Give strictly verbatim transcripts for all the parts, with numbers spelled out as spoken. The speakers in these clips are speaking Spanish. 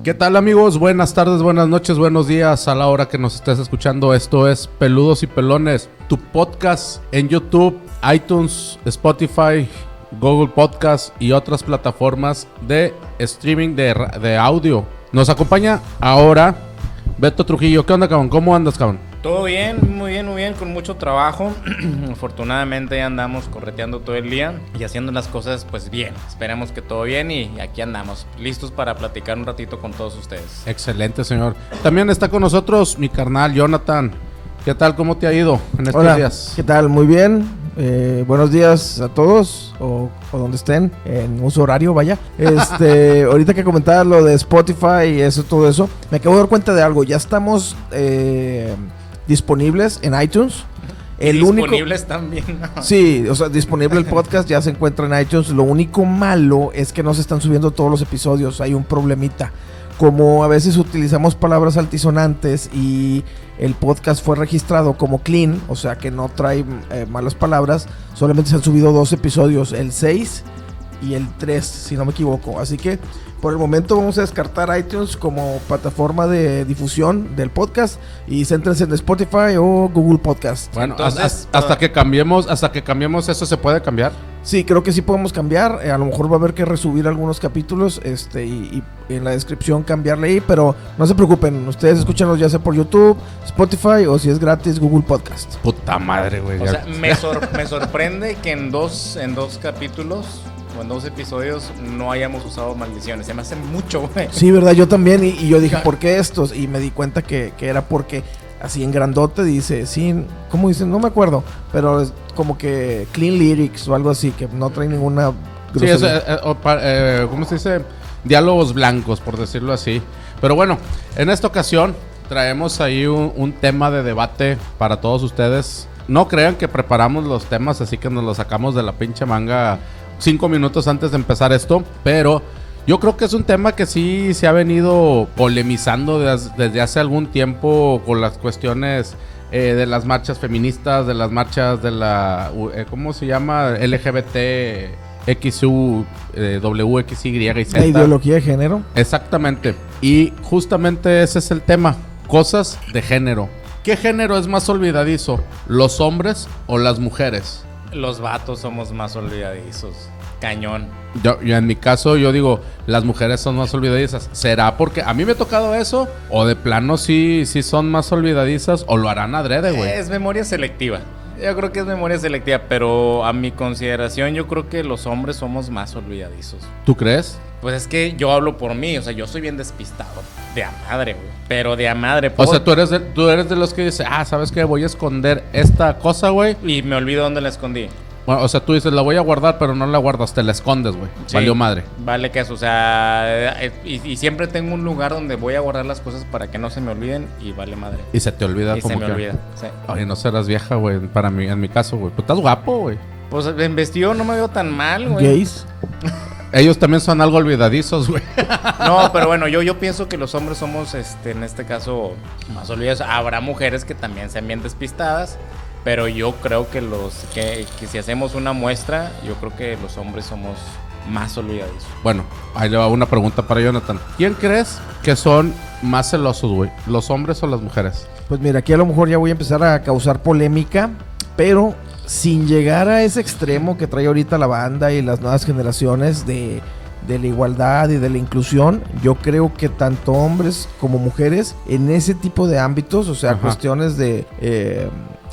¿Qué tal, amigos? Buenas tardes, buenas noches, buenos días a la hora que nos estés escuchando. Esto es Peludos y Pelones, tu podcast en YouTube, iTunes, Spotify, Google Podcast y otras plataformas de streaming de, de audio. Nos acompaña ahora Beto Trujillo. ¿Qué onda, cabrón? ¿Cómo andas, cabrón? Todo bien, muy bien, muy bien, con mucho trabajo. Afortunadamente ya andamos correteando todo el día y haciendo las cosas pues bien. Esperemos que todo bien y aquí andamos, listos para platicar un ratito con todos ustedes. Excelente, señor. También está con nosotros mi carnal Jonathan. ¿Qué tal? ¿Cómo te ha ido en estos Hola, días? ¿qué tal? Muy bien. Eh, buenos días a todos, o, o donde estén, en uso horario, vaya. Este, ahorita que comentaba lo de Spotify y eso, todo eso, me acabo de dar cuenta de algo. Ya estamos eh, disponibles en iTunes. El disponibles único... también. ¿No? Sí, o sea, disponible el podcast, ya se encuentra en iTunes. Lo único malo es que no se están subiendo todos los episodios. Hay un problemita. Como a veces utilizamos palabras altisonantes y el podcast fue registrado como clean, o sea que no trae eh, malas palabras, solamente se han subido dos episodios, el seis y el tres, si no me equivoco. Así que por el momento vamos a descartar iTunes como plataforma de difusión del podcast y céntrense en Spotify o Google Podcast. Bueno, entonces, hasta, hasta que cambiemos, hasta que cambiemos eso, ¿se puede cambiar? Sí, creo que sí podemos cambiar. Eh, a lo mejor va a haber que resubir algunos capítulos este y, y en la descripción cambiarle ahí, pero no se preocupen. Ustedes escúchenlos ya sea por YouTube, Spotify o si es gratis, Google Podcast. Puta madre, güey. O sea, me, sor- me sorprende que en dos, en dos capítulos o en dos episodios no hayamos usado maldiciones. Se me hace mucho, güey. Sí, verdad, yo también. Y, y yo dije, ¿por qué estos? Y me di cuenta que, que era porque así en grandote dice, sí, ¿cómo dicen? No me acuerdo, pero es como que clean lyrics o algo así, que no trae ninguna Sí, es, grosería. eh, eh, o pa- eh, ¿cómo se dice? Diálogos blancos, por decirlo así. Pero bueno, en esta ocasión traemos ahí un, un tema de debate para todos ustedes. No crean que preparamos los temas, así que nos los sacamos de la pinche manga cinco minutos antes de empezar esto, pero yo creo que es un tema que sí se ha venido polemizando des- desde hace algún tiempo con las cuestiones eh, de las marchas feministas, de las marchas de la, eh, ¿cómo se llama? L G B T X U, eh, W X Y y Z. La ideología de género. Exactamente. Y justamente ese es el tema. Cosas de género. ¿Qué género es más olvidadizo? ¿Los hombres o las mujeres? Los vatos somos más olvidadizos. Cañón. Yo, yo en mi caso, yo digo, las mujeres son más olvidadizas. ¿Será porque a mí me ha tocado eso? ¿O de plano sí, sí son más olvidadizas? ¿O lo harán adrede, güey? Es memoria selectiva. Yo creo que es memoria selectiva, pero a mi consideración yo creo que los hombres somos más olvidadizos. ¿Tú crees? Pues es que yo hablo por mí, o sea, yo soy bien despistado. De a madre, güey. Pero de a madre. O por... sea, tú eres, de, tú eres de los que dicen, ah, ¿sabes qué? Voy a esconder esta cosa, güey. Y me olvido dónde la escondí. Bueno, o sea, tú dices, la voy a guardar, pero no la guardas, te la escondes, güey. Sí. Valió madre. Vale que eso, o sea, eh, y, y siempre tengo un lugar donde voy a guardar las cosas para que no se me olviden y vale madre. Y se te olvida Y como se me que... olvida, sí. Ay, no serás vieja, güey, para mí, en mi caso, güey. Pues estás guapo, güey. Pues en vestido no me veo tan mal, güey. Gays. Ellos también son algo olvidadizos, güey. No, pero bueno, yo, yo pienso que los hombres somos, este, en este caso, más olvidados. Habrá mujeres que también sean bien despistadas, pero yo creo que los que, que si hacemos una muestra, yo creo que los hombres somos más olvidadizos. Bueno, ahí le va una pregunta para Jonathan. ¿Quién crees que son más celosos, güey? ¿Los hombres o las mujeres? Pues mira, aquí a lo mejor ya voy a empezar a causar polémica, pero sin llegar a ese extremo que trae ahorita la banda y las nuevas generaciones de, de la igualdad y de la inclusión, yo creo que tanto hombres como mujeres en ese tipo de ámbitos, o sea, Ajá. cuestiones de, eh,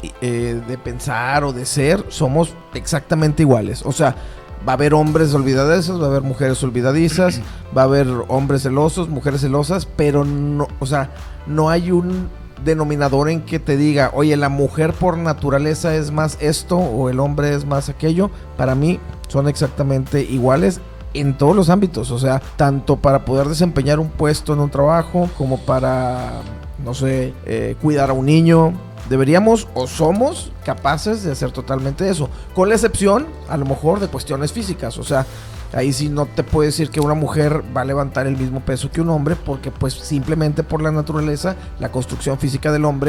eh, de pensar o de ser, somos exactamente iguales. O sea, va a haber hombres olvidadizos, va a haber mujeres olvidadizas, va a haber hombres celosos, mujeres celosas, pero no, o sea, no hay un denominador en que te diga, oye, la mujer por naturaleza es más esto o el hombre es más aquello. Para mí son exactamente iguales en todos los ámbitos, o sea, tanto para poder desempeñar un puesto en un trabajo como para, no sé, eh, cuidar a un niño. Deberíamos o somos capaces de hacer totalmente eso, con la excepción a lo mejor de cuestiones físicas. O sea, ahí sí no te puedo decir que una mujer va a levantar el mismo peso que un hombre, porque pues simplemente por la naturaleza, la construcción física del hombre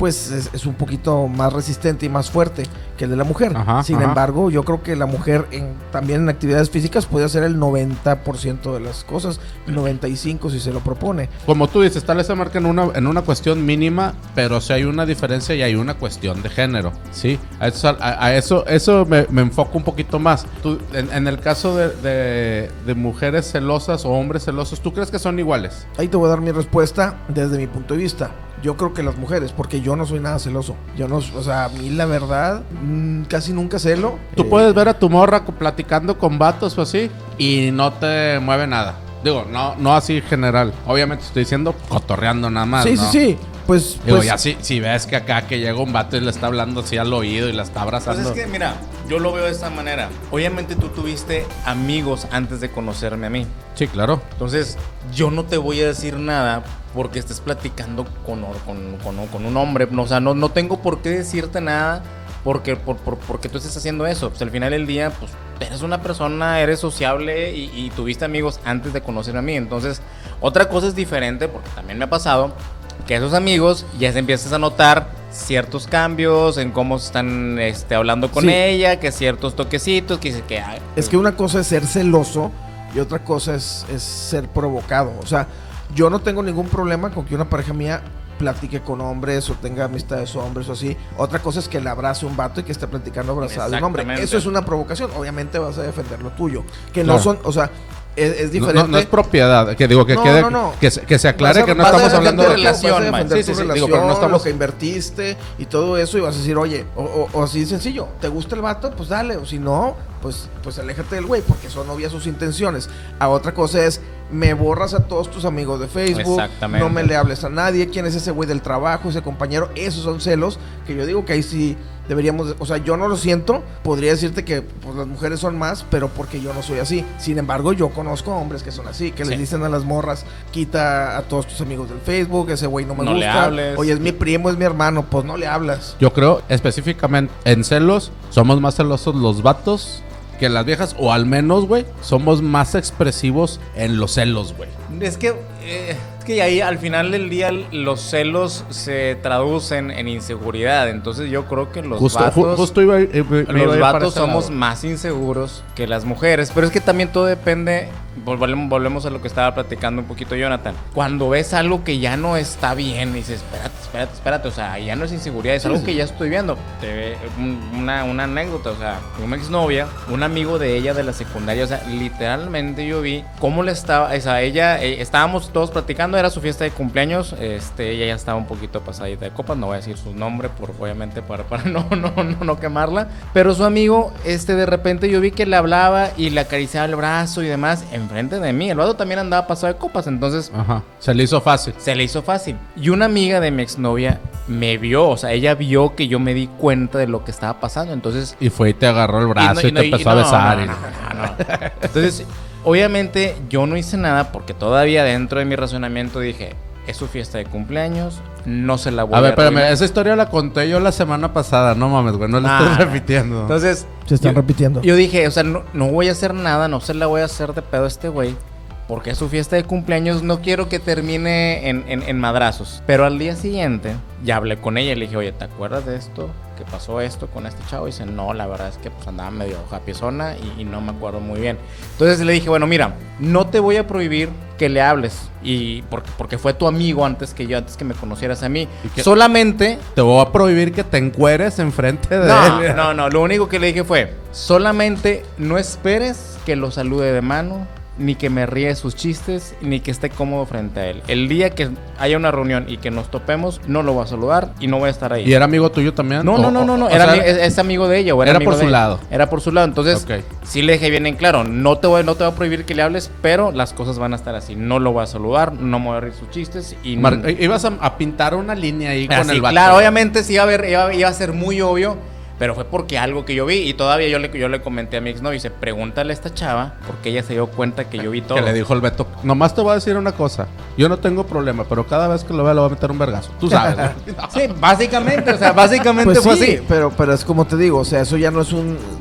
pues es, es un poquito más resistente y más fuerte que el de la mujer. Ajá, Sin ajá. embargo, yo creo que la mujer en, también en actividades físicas puede hacer el noventa por ciento de las cosas, el noventa y cinco por ciento si se lo propone. Como tú dices, tal vez se marca en una, en una cuestión mínima, pero sí hay una diferencia y hay una cuestión de género, ¿sí? A eso, a, a eso, eso me, me enfoco un poquito más. Tú, en, en el caso de, de, de mujeres celosas o hombres celosos, ¿tú crees que son iguales? Ahí te voy a dar mi respuesta desde mi punto de vista. Yo creo que las mujeres, porque yo no soy nada celoso. Yo no, o sea, a mí la verdad, mmm, casi nunca celo. Tú Eh, puedes ver a tu morra co- platicando con vatos o así y no te mueve nada. Digo, no, no así general. Obviamente estoy diciendo cotorreando nada más, Sí, ¿no? sí, sí. Pues, Digo, pues ya si, si ves que acá que llega un vato y le está hablando así al oído y la está Pues abrazando. es que, mira, yo lo veo de esta manera. Obviamente tú tuviste amigos antes de conocerme a mí. Sí, claro. Entonces, yo no te voy a decir nada porque estés platicando con, con, con, con un hombre. No, o sea, no, no tengo por qué decirte nada porque, por, por, porque tú estés haciendo eso. Pues al final del día, pues eres una persona, eres sociable y, y tuviste amigos antes de conocerme a mí. Entonces, otra cosa es diferente porque también me ha pasado que esos amigos ya se empiezas a notar ciertos cambios en cómo están este, hablando con Sí. ella, que ciertos toquecitos, que dice que... ay, es que una cosa es ser celoso y otra cosa es, es ser provocado. O sea, yo no tengo ningún problema con que una pareja mía platique con hombres o tenga amistades o hombres o así. Otra cosa es que le abrace un vato y que esté platicando abrazado de un hombre. Exactamente. Eso es una provocación. Obviamente vas a defender lo tuyo. Que Claro. no son, o sea, es, es No, diferente. no, no es propiedad, que digo que No, quede no, no. Que, se, que se aclare Vas a- que no vas a estamos defender hablando tu de relación, vas a man. defender Sí, tu sí, sí, relación, digo, pero no estamos- lo que invertiste y todo eso, y vas a decir, oye, o, o, o así de sencillo, ¿te gusta el vato? Pues dale, o si no, pues, pues aléjate del güey, porque son obvias sus intenciones. A otra cosa es, me borras a todos tus amigos de Facebook, Exactamente. no me le hables a nadie, quién es ese güey del trabajo, ese compañero, esos son celos, que yo digo que ahí sí deberíamos, de- o sea, yo no lo siento, podría decirte que pues, las mujeres son más, pero porque yo no soy así. Sin embargo, yo conozco hombres que son así, que Sí. les dicen a las morras, quita a todos tus amigos del Facebook, ese güey no me No le gusta, hables. oye, es mi primo, es mi hermano, pues no le hablas. Yo creo específicamente en celos, somos más celosos los vatos que las viejas, o al menos, güey, somos más expresivos en los celos, güey. Es que, eh, es que ahí al final del día los celos se traducen en inseguridad. Entonces yo creo que los Justo, vatos, ju- justo iba, iba- me iba a los ir para vatos ese somos lado. más inseguros que las mujeres. Pero es que también todo depende. vol- Volvemos, volvemos a lo que estaba platicando un poquito Jonathan. Cuando ves algo que ya no está bien, dices, espérate, espérate, espérate. O sea, ya no es inseguridad, es Sí, algo sí. que ya estoy viendo. Te- un- una, una anécdota, o sea, una exnovia, un amigo de ella de la secundaria, o sea, literalmente yo vi cómo le estaba, o sea, ella, eh, estábamos todos platicando, era su fiesta de cumpleaños, este, ella ya estaba un poquito pasadita de copas, no voy a decir su nombre, por, obviamente para, para no, no, no, no quemarla, pero su amigo, este, de repente yo vi que le hablaba y le acariciaba el brazo y demás, enfrente de mí, el vato también andaba pasado de copas, entonces Ajá, se le hizo fácil. se le hizo fácil. Y una amiga de mi exnovia me vio, o sea, ella vio que yo me di cuenta de lo que estaba pasando, entonces... Y fue y te agarró el brazo y, y no- te y- empezó y a no, besar. no, y- no, no, no. Entonces, obviamente yo no hice nada porque todavía dentro de mi razonamiento dije, es su fiesta de cumpleaños, no se la voy a A ver, espérame, arruinar". esa historia la conté yo la semana pasada, no mames, güey, no la Ah, estoy repitiendo. Entonces, Se están yo- repitiendo. Yo dije, o sea, no, no voy a hacer nada, no se la voy a hacer de pedo a este güey. Porque es su fiesta de cumpleaños, no quiero que termine en, en, en madrazos. Pero al día siguiente, ya hablé con ella y le dije, oye, ¿te acuerdas de esto? ¿Que pasó esto con este chavo? Y dice, no, la verdad es que pues andaba medio japiezona y, y no me acuerdo muy bien. Entonces le dije, bueno, mira, no te voy a prohibir que le hables. Y porque, porque fue tu amigo antes que yo, antes que me conocieras a mí. ¿Y qué? Solamente... Te voy a prohibir que te encueres enfrente de No, él. no, no, lo único que le dije fue, solamente no esperes que lo salude de mano, ni que me ríe sus chistes, ni que esté cómodo frente a él. El día que haya una reunión y que nos topemos, no lo voy a saludar y no voy a estar ahí. ¿Y era amigo tuyo también? No, O- no, no, no, no, o era sea, ami- es, es amigo de ella o era, era amigo por de su ella. lado. Era por su lado, entonces Ok. sí le dije bien en claro, no te voy, no te voy a prohibir que le hables, pero las cosas van a estar así. No lo voy a saludar, no me voy a reír sus chistes y Mar- no- ibas a, a pintar una línea ahí con Así, el vato. claro, obviamente sí iba a, ver, iba, iba a ser muy obvio, pero fue porque algo que yo vi y todavía yo le, yo le comenté a mi exnovio y dice, pregúntale a esta chava porque ella se dio cuenta que yo vi todo. Que le dijo el Beto, nomás te voy a decir una cosa, yo no tengo problema, pero cada vez que lo vea le voy a meter un vergazo. Tú sabes, güey. Sí, básicamente, o sea, básicamente Pues fue sí, así. pero, pero es como te digo, o sea, eso ya no es un,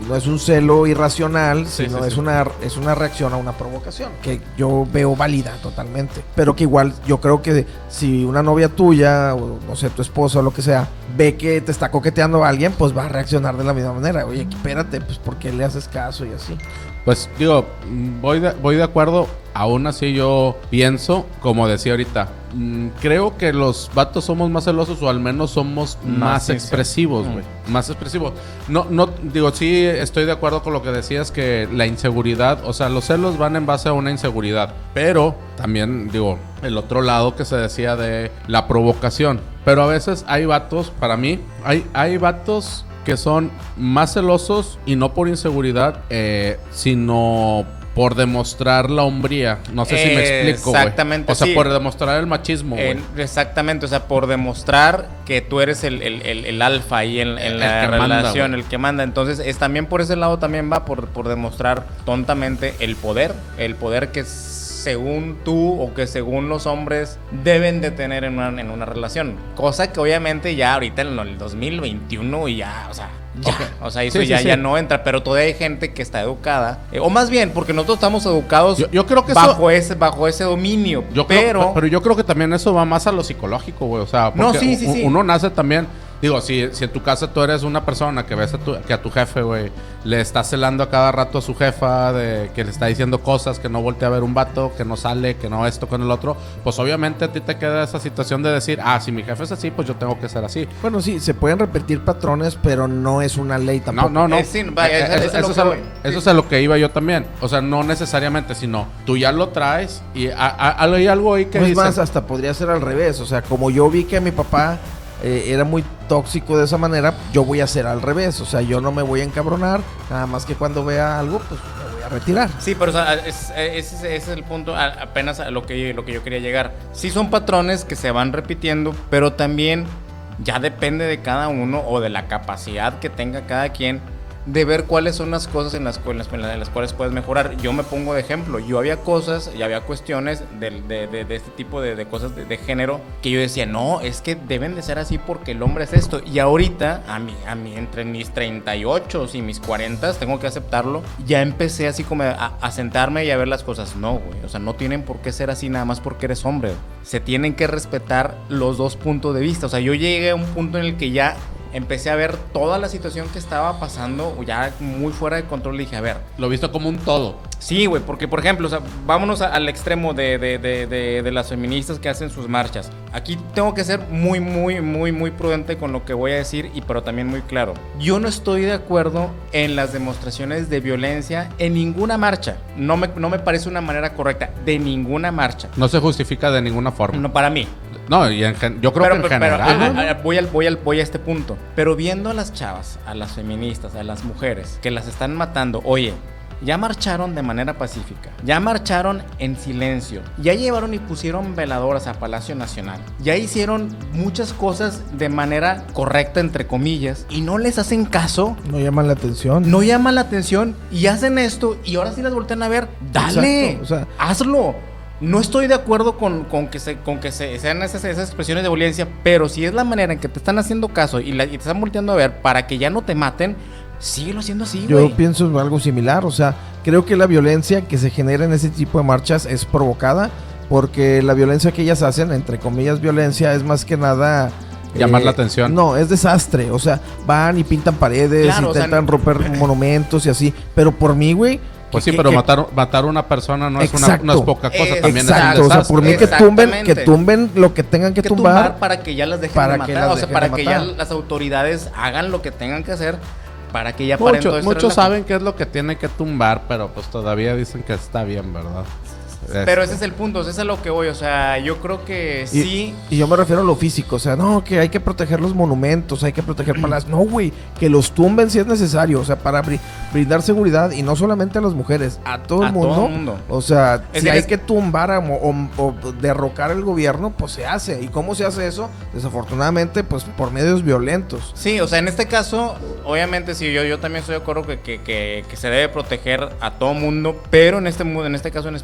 no es un celo irracional, Sí, sino sí, es sí. una es una reacción a una provocación que yo veo válida totalmente. Pero que igual yo creo que si una novia tuya o no sé, tu esposa o lo que sea, ve que te está coqueteando a alguien, pues va a reaccionar de la misma manera. Oye, espérate, pues ¿por qué le haces caso y así? Pues digo, mm, voy de, voy de acuerdo. Aún así yo pienso, como decía ahorita, mm, creo que los vatos somos más celosos o al menos somos más, Más sincero. expresivos, güey. Mm. Más expresivos. No, no, digo, sí estoy de acuerdo con lo que decías, que la inseguridad, o sea, los celos van en base a una inseguridad. Pero también, digo, el otro lado que se decía de la provocación. Pero a veces hay vatos, para mí, hay, hay vatos que son más celosos y no por inseguridad, eh, sino por demostrar la hombría. No sé si me explico, güey. Exactamente, O sea, sí. por demostrar el machismo, güey. En- exactamente, o sea, por demostrar que tú eres el, el, el, el alfa ahí en, en El la que manda, relación, güey. el que manda. Entonces, es también por ese lado también va por, por demostrar tontamente el poder, el poder que según tú o que según los hombres deben de tener en una, en una relación. Cosa que obviamente ya ahorita en el dos mil veintiuno y ya, o sea, ya, Ok. o sea, eso Sí, sí, ya, sí. ya no entra, pero todavía hay gente que está educada, eh, o más bien, porque nosotros estamos educados Yo- yo creo que eso- bajo ese bajo ese dominio, Yo creo- pero pero yo creo que también eso va más a lo psicológico, güey. O sea, No, porque sí, sí, u- sí. uno nace también. Digo, si, si en tu casa tú eres una persona que ves a tu, que a tu jefe, güey, le está celando a cada rato a su jefa, de que le está diciendo cosas, que no voltea a ver un vato, que no sale, que no esto con el otro, pues obviamente a ti te queda esa situación de decir, ah, si mi jefe es así, pues yo tengo que ser así. Bueno, sí, se pueden repetir patrones, pero no es una ley No, tampoco. no, no. Eh, sí, vaya, Eh, eso- eso, eso es lo eso es que a lo, voy. eso Sí. es a lo que iba yo también. O sea, no necesariamente, sino tú ya lo traes y a- a- hay algo ahí que No es dice... más, hasta podría ser al revés. O sea, como yo vi que mi papá eh, era muy tóxico de esa manera, yo voy a hacer al revés. O sea, yo no me voy a encabronar, nada más que cuando vea algo, pues me voy a retirar. sí, pero o sea, es- es- ese, ese es el punto, a- apenas a lo que, lo que yo quería llegar. Sí son patrones que se van repitiendo, pero también ya depende de cada uno o de la capacidad que tenga cada quien de ver cuáles son las cosas en las, cuales, en las cuales puedes mejorar. Yo me pongo de ejemplo, yo había cosas y había cuestiones de, de, de, de este tipo de, de cosas de, de género que yo decía, no, es que deben de ser así porque el hombre es esto. Y ahorita, a mí, a mí entre mis treinta y ocho y mis cuarenta, tengo que aceptarlo, ya empecé así como a, a sentarme y a ver las cosas. No, güey, o sea, no tienen por qué ser así nada más porque eres hombre. Se tienen que respetar los dos puntos de vista. O sea, yo llegué a un punto en el que ya empecé a ver toda la situación que estaba pasando ya muy fuera de control. Y dije, a ver, Lo he visto como un todo. sí, güey, porque por ejemplo, o sea, vámonos a- al extremo de, de, de, de, de las feministas que hacen sus marchas. Aquí tengo que ser muy, muy, muy, muy prudente con lo que voy a decir, y pero también muy claro. Yo no estoy de acuerdo en las demostraciones de violencia en ninguna marcha. No me, no me parece una manera correcta de ninguna marcha. No se justifica de ninguna forma. No, para mí. No, y en gen- yo creo Pero- que en pero- general. pero, ¿no? a- a- voy, al, voy, al, voy a este punto. Pero viendo a las chavas, a las feministas, a las mujeres que las están matando, oye, ya marcharon de manera pacífica, ya marcharon en silencio, ya llevaron y pusieron veladoras a Palacio Nacional, ya hicieron muchas cosas de manera correcta, entre comillas, y no les hacen caso. No llaman la atención. No llaman la atención y hacen esto y ahora sí las voltean a ver. Dale, Exacto, o sea- hazlo. No estoy de acuerdo con, con que, se, con que se, sean esas, esas expresiones de violencia, pero si es la manera en que te están haciendo caso y, la, y te están volteando a ver para que ya no te maten, síguelo haciendo así, Yo güey. pienso en algo similar, o sea, creo que la violencia que se genera en ese tipo de marchas es provocada porque la violencia que ellas hacen, entre comillas violencia, es más que nada... Llamar la atención. No, es desastre, o sea, van y pintan paredes, Claro, o sea, intentan romper monumentos y así, pero por mí, güey... Pues que- sí, pero que- matar, matar a una persona no es, una, Exacto. no es poca cosa, Eh, también Exacto, es o un sea, por mí que desastre. tumben, que Exactamente. tumben lo que tengan que, que tumbar, tumbar para que ya las dejen para de que matar, las o sea, dejen para de que ya matar. las autoridades hagan lo que tengan que hacer para que ya paren todo Muchos, este muchos relajo. saben qué es lo que tiene que tumbar, pero pues todavía dicen que está bien, ¿verdad? Pero Este, ese es el punto, ese es a lo que voy, o sea, yo creo que Y, sí. y yo me refiero a lo físico, o sea, no, que hay que proteger los monumentos, hay que proteger palacios. No, güey, que los tumben si es necesario, o sea, para bri- brindar seguridad y no solamente a las mujeres, a todo, A el, mundo. todo el mundo. O sea, Es si que hay es- que tumbar a mo- o, o derrocar el gobierno, pues se hace. ¿Y cómo se hace eso? Desafortunadamente, pues por medios violentos. Sí, o sea, en este caso, obviamente sí, yo, yo también estoy de acuerdo que, que, que, que se debe proteger a todo mundo, pero en este, mu- en este caso en específico,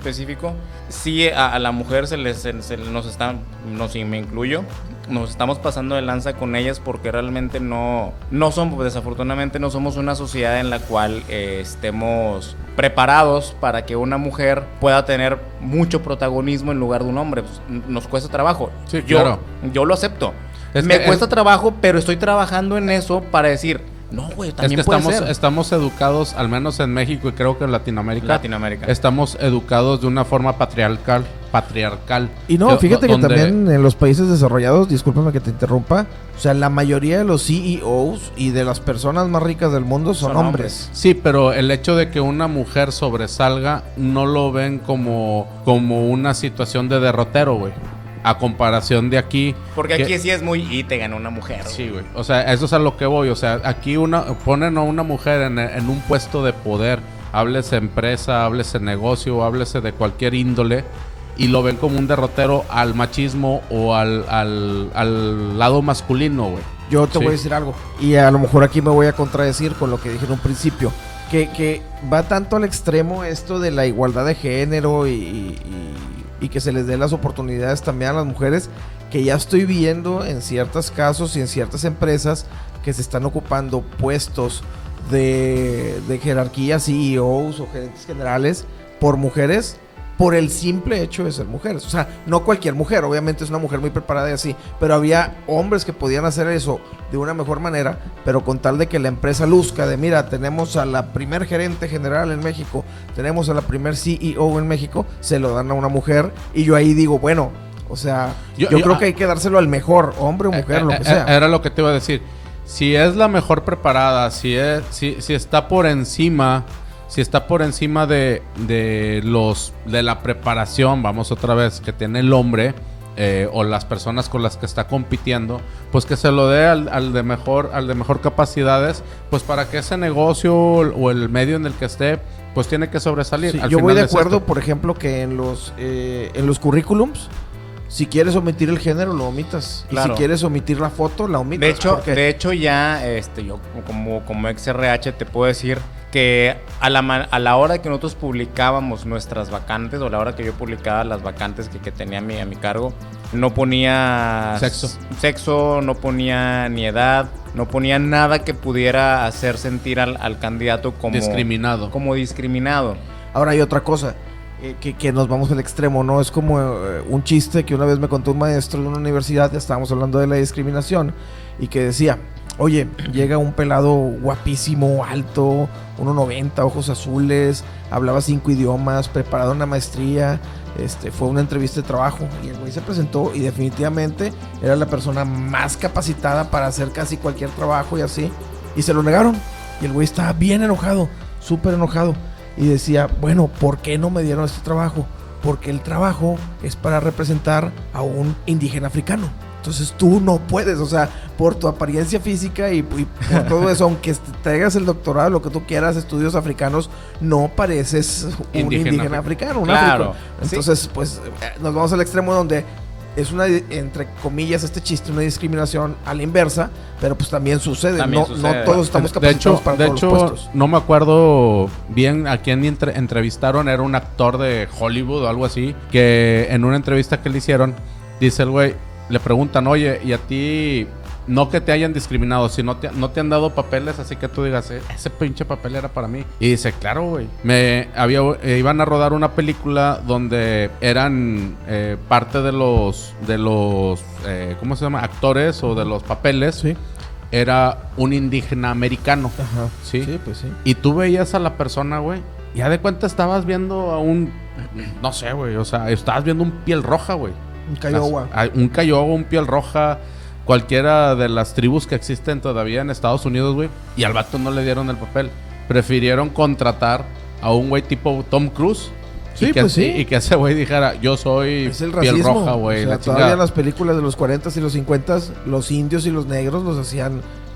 México, sí a, a la mujer se les se, se nos están, no sí me incluyo, nos estamos pasando de lanza con ellas porque realmente no, no somos, desafortunadamente no somos una sociedad en la cual eh, estemos preparados para que una mujer pueda tener mucho protagonismo en lugar de un hombre. Pues, nos cuesta trabajo. Sí, yo, claro. yo lo acepto. Es me que cuesta es... trabajo, pero estoy trabajando en eso para decir, no, güey, también es que puede estamos, ser. estamos educados, al menos en México y creo que en Latinoamérica, Latinoamérica. estamos educados de una forma patriarcal, patriarcal. Y no, de, fíjate donde... que también en los países desarrollados, discúlpame que te interrumpa, o sea, la mayoría de los C E Os y de las personas más ricas del mundo son, Son hombres. hombres. Sí, pero el hecho de que una mujer sobresalga no lo ven como, como una situación de derrotero, güey. A comparación de aquí. Porque que... aquí sí es muy y te ganó una mujer. Sí, güey. O sea, eso es a lo que voy. O sea, aquí una ponen a una mujer en, en un puesto de poder. Háblese empresa, háblese negocio, háblese de cualquier índole. Y lo ven como un derrotero al machismo o al, al, al lado masculino, güey. Yo te Sí. voy a decir algo. Y a lo mejor aquí me voy a contradecir con lo que dije en un principio. Que, que va tanto al extremo esto de la igualdad de género y... y, y y que se les dé las oportunidades también a las mujeres, que ya estoy viendo en ciertos casos y en ciertas empresas que se están ocupando puestos de, de jerarquía, C E Os o gerentes generales por mujeres, por el simple hecho de ser mujeres. O sea, no cualquier mujer, obviamente es una mujer muy preparada y así, pero había hombres que podían hacer eso de una mejor manera, pero con tal de que la empresa luzca de, mira, tenemos a la primer gerente general en México, tenemos a la primer C E O en México, se lo dan a una mujer, y yo ahí digo, bueno, o sea, yo, yo, yo creo ah, que hay que dárselo al mejor, hombre o mujer, eh, lo que eh, sea. Era lo que te iba a decir. Si es la mejor preparada, si, es, si, si está por encima... Si está por encima de, de los de la preparación, vamos otra vez, que tiene el hombre eh, o las personas con las que está compitiendo, pues que se lo dé al, al de mejor al de mejor capacidades, pues para que ese negocio o el medio en el que esté, pues tiene que sobresalir. Sí, al yo voy de acuerdo, esto. por ejemplo, que en los eh, en los currículums, si quieres omitir el género, lo omitas. Claro. Y si quieres omitir la foto, la omitas. De hecho, de hecho ya, este, yo como, como ex R H te puedo decir que a la, a la hora que nosotros publicábamos nuestras vacantes, o a la hora que yo publicaba las vacantes que, que tenía a mi, a mi cargo, no ponía sexo. sexo, no ponía ni edad, no ponía nada que pudiera hacer sentir al, al candidato como discriminado. Como discriminado. Ahora hay otra cosa. Eh, que, que nos vamos al extremo, ¿no? Es como eh, un chiste que una vez me contó un maestro de una universidad, estábamos hablando de la discriminación, y que decía, oye, llega un pelado guapísimo, alto, uno noventa, ojos azules, hablaba cinco idiomas, preparado en una maestría, este, fue una entrevista de trabajo, y el güey se presentó y definitivamente era la persona más capacitada para hacer casi cualquier trabajo y así, y se lo negaron, y el güey estaba bien enojado, súper enojado. Y decía, bueno, ¿por qué no me dieron este trabajo? Porque el trabajo es para representar a un indígena africano. Entonces tú no puedes, o sea, por tu apariencia física y, y por todo eso, aunque traigas el doctorado, lo que tú quieras, estudios africanos, no pareces un indígena, indígena africano, un claro, africano. Entonces, sí. pues, nos vamos al extremo donde es una, entre comillas, este chiste, una discriminación a la inversa, pero pues también sucede. También no, sucede. no todos estamos capacitados de hecho, para de todos hecho, los puestos. No me acuerdo bien a quién entre, entrevistaron, era un actor de Hollywood o algo así, que en una entrevista que le hicieron, dice el güey, le preguntan, oye, ¿y a ti no que te hayan discriminado, sino te, no te han dado papeles así que tú digas, eh, ese pinche papel era para mí? Y dice, claro, güey. Me había eh, iban a rodar una película donde eran eh, parte de los de los eh, ¿cómo se llama? Actores o de los papeles. Sí. Era un indígena americano. Ajá. ¿Sí? Sí, pues sí. Y tú veías a la persona, güey. Ya de cuenta estabas viendo a un, no sé, güey, o sea, estabas viendo un piel roja, güey. Un Kiowa. Un Kiowa, un piel roja. Cualquiera de las tribus que existen todavía en Estados Unidos, güey. Y al vato no le dieron el papel. Prefirieron contratar a un güey tipo Tom Cruise. Sí, y que, pues sí. Y, y que ese güey dijera, yo soy es el piel racismo. roja, güey. O sea, todavía en las películas de los cuarentas y los cincuentas, los indios y los negros los hacían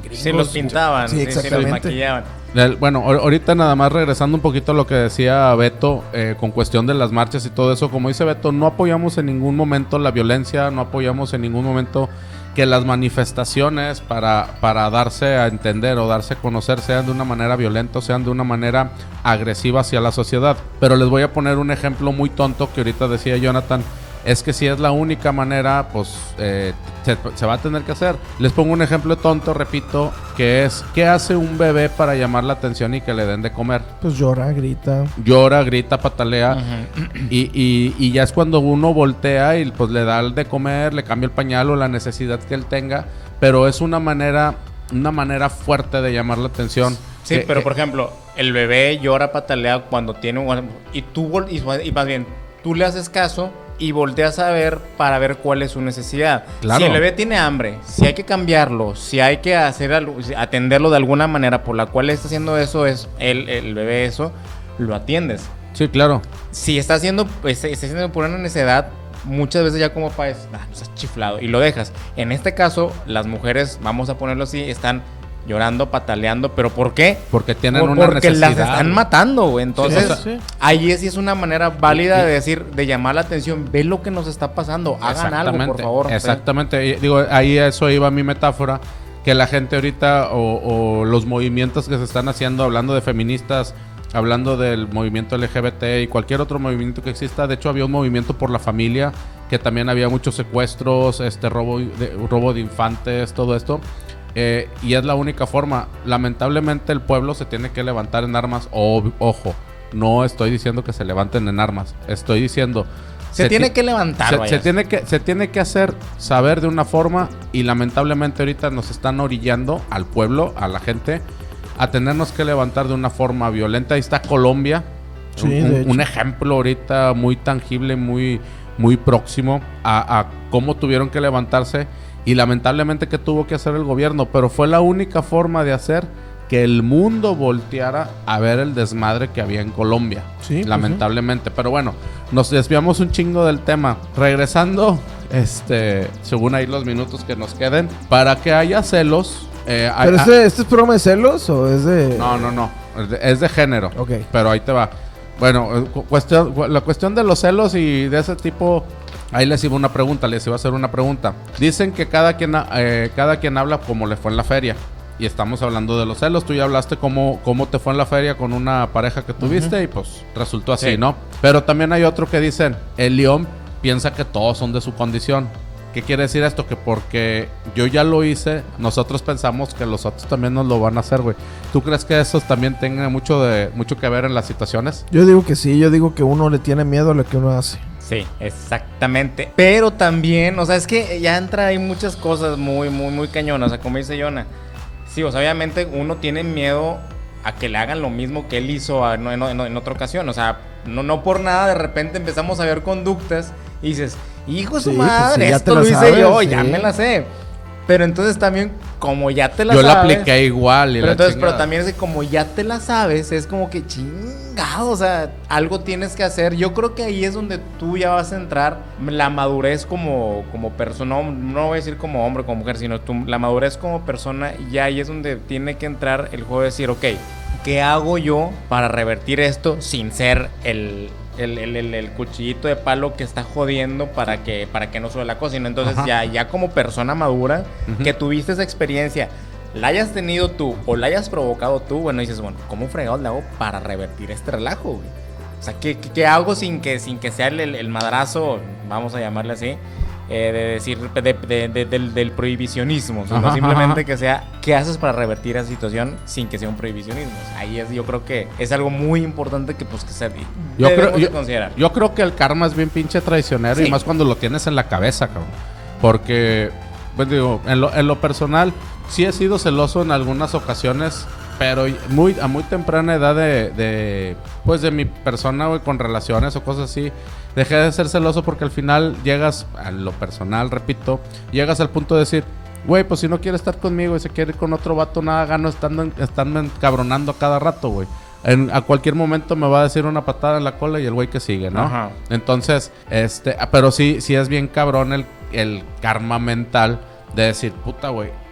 gringos. Sí, los pintaban, Sí, sí, sí, los exactamente. maquillaban. El- bueno, ahor- ahorita nada más regresando un poquito a lo que decía Beto eh, con cuestión de las marchas y todo eso. Como dice Beto, no apoyamos en ningún momento la violencia, no apoyamos en ningún momento que las manifestaciones para, para darse a entender o darse a conocer sean de una manera violenta o sean de una manera agresiva hacia la sociedad. Pero les voy a poner un ejemplo muy tonto que ahorita decía Jonathan. Es que si es la única manera, pues eh, se, se va a tener que hacer. Les pongo un ejemplo tonto, repito, que es, ¿qué hace un bebé para llamar la atención y que le den de comer? Pues llora, grita. Llora, grita, patalea. Ujú. y, y, y ya es cuando uno voltea y pues le da el de comer, le cambia el pañal o la necesidad que él tenga. Pero es una manera, una manera fuerte de llamar la atención. Sí, Que- pero que- por ejemplo, el bebé llora, patalea cuando tiene un... Y tú, vol- y, y más bien, tú le haces caso y volteas a ver para ver cuál es su necesidad. Claro. Si el bebé tiene hambre, si hay que cambiarlo, si hay que hacer algo, si- atenderlo de alguna manera por la cual está haciendo eso, es el, el bebé eso, lo atiendes. Sí, claro. Si está haciendo, pues, está haciendo por una necesidad, muchas veces ya como papá es, ah, no estás chiflado y lo dejas. En este caso, las mujeres, vamos a ponerlo así, están llorando, pataleando, pero ¿por qué? Porque tienen Por- una porque necesidad. las están matando, güey. Entonces, Sí, sí, sí. ahí sí es una manera válida Y- y- de decir, de llamar la atención, ve lo que nos está pasando, hagan algo, por favor. Exactamente. Y digo, ahí eso iba mi metáfora, que la gente ahorita o, o los movimientos que se están haciendo, hablando de feministas, hablando del movimiento L G B T y cualquier otro movimiento que exista. De hecho, había un movimiento por la familia, que también había muchos secuestros, este robo de, robo de infantes, todo esto. Eh, y es la única forma. Lamentablemente el pueblo se tiene que levantar en armas. O, ojo, no estoy diciendo que se levanten en armas. Estoy diciendo... Se, tiene ti- que levantar, se, vaya. se tiene que, se tiene que hacer saber de una forma. Y lamentablemente ahorita nos están orillando al pueblo, a la gente, a tenernos que levantar de una forma violenta. Ahí está Colombia. Sí, un, de un- hecho. un ejemplo ahorita muy tangible, muy, muy próximo a, a cómo tuvieron que levantarse. Y lamentablemente que tuvo que hacer el gobierno. Pero fue la única forma de hacer que el mundo volteara a ver el desmadre que había en Colombia. Sí, pues lamentablemente. Pero bueno, nos desviamos un chingo del tema. Regresando, este, según ahí los minutos que nos queden, para que haya celos. eh, hay- ¿Pero ah, este, este es programa de celos o es de...? no, no, no. Es de, es de género. Ok. Pero ahí te va. Bueno, eh, cu- cuestión, cu- la cuestión de los celos y de ese tipo. Ahí les iba una pregunta, les iba a hacer una pregunta. Dicen que cada quien, ha- eh, cada quien habla como le fue en la feria. Y estamos hablando de los celos. Tú ya hablaste cómo, cómo te fue en la feria con una pareja que tuviste y pues resultó así, Sí. ¿no? Pero también hay otro que dicen, el león piensa que todos son de su condición. ¿Qué quiere decir esto? Que porque yo ya lo hice, nosotros pensamos que los otros también nos lo van a hacer, güey. ¿Tú crees que eso también tenga mucho, de, mucho que ver en las situaciones? Yo digo que sí, yo digo que uno le tiene miedo a lo que uno hace. Sí, exactamente. Pero también, o sea, es que ya entra ahí muchas cosas muy, muy, muy cañonas. O sea, como dice Yona. Sí, o sea, obviamente uno tiene miedo a que le hagan lo mismo que él hizo a- en, en- en- en otra ocasión. O sea, no, no por nada de repente empezamos a ver conductas y dices, hijo de su Sí, pues madre, sí, ya esto te lo la hice sabes, yo, sí. ya me la sé. Pero entonces también, como ya te la Yo sabes... la apliqué igual y Pero la entonces, pero chingada. también es que como ya te la sabes, es como que chingado, o sea, algo tienes que hacer. Yo creo que ahí es donde tú ya vas a entrar la madurez como, como persona, no, no voy a decir como hombre, como mujer, sino tú, la madurez como persona, y ahí es donde tiene que entrar el juego de decir, ok, ¿qué hago yo para revertir esto sin ser el... El, el, el, el cuchillito de palo que está jodiendo para que, para que no sube la cosa, sino entonces Ajá. ya, ya como persona madura, Ujú. que tuviste esa experiencia, la hayas tenido tú o la hayas provocado tú, bueno, dices, bueno, ¿cómo fregados le hago para revertir este relajo, güey? O sea, ¿qué, qué, qué hago sin que, sin que sea el, el- el madrazo, vamos a llamarle así, eh, de decir, de, de- de- del, del prohibicionismo, sino Ajá, simplemente ajá. que sea, ¿qué haces para revertir esa situación sin que sea un prohibicionismo? O sea, ahí es, yo creo que es algo muy importante que, pues, que se Yo debemos creo, de yo, considerar. yo creo que el karma es bien pinche traicionero Sí. y más cuando lo tienes en la cabeza, cabrón. Porque, pues digo, en lo, en lo personal, sí he sido celoso en algunas ocasiones, pero muy, a muy temprana edad de, de pues de mi persona, güey, con relaciones o cosas así, dejé de ser celoso porque al final llegas, a lo personal, repito, llegas al punto de decir, güey, pues si no quiere estar conmigo y se quiere ir con otro vato, nada gano estando en- estarme encabronando a cada rato, güey. En, a cualquier momento me va a decir una patada en la cola y el güey que sigue, ¿no? Ajá. Entonces, este, ah, pero sí, sí es bien cabrón el, el karma mental de decir, puta, güey,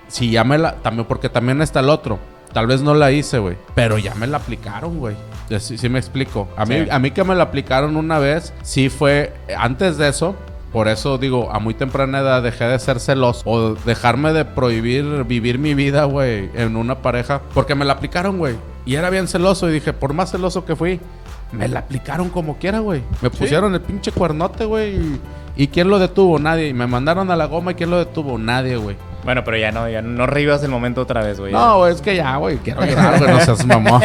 si ya me la... También, porque también está el otro. Tal vez no la hice, güey. Pero ya me la aplicaron, güey. Sí, sí me explico. A mí, Sí. a mí que me la aplicaron una vez, sí fue... Antes de eso... Por eso digo, a muy temprana edad dejé de ser celoso o dejarme de prohibir vivir mi vida, güey, en una pareja. Porque me la aplicaron, güey. Y era bien celoso y dije, por más celoso que fui, me la aplicaron como quiera, güey. Me ¿Sí? pusieron el pinche cuernote, güey. Y, ¿y quién lo detuvo? Nadie. Y me mandaron a la goma y ¿quién lo detuvo? Nadie, güey. Bueno, pero ya no, ya no revivas el momento otra vez, güey. No, güey, es que ya, güey, quiero llorar, güey, no seas mamón.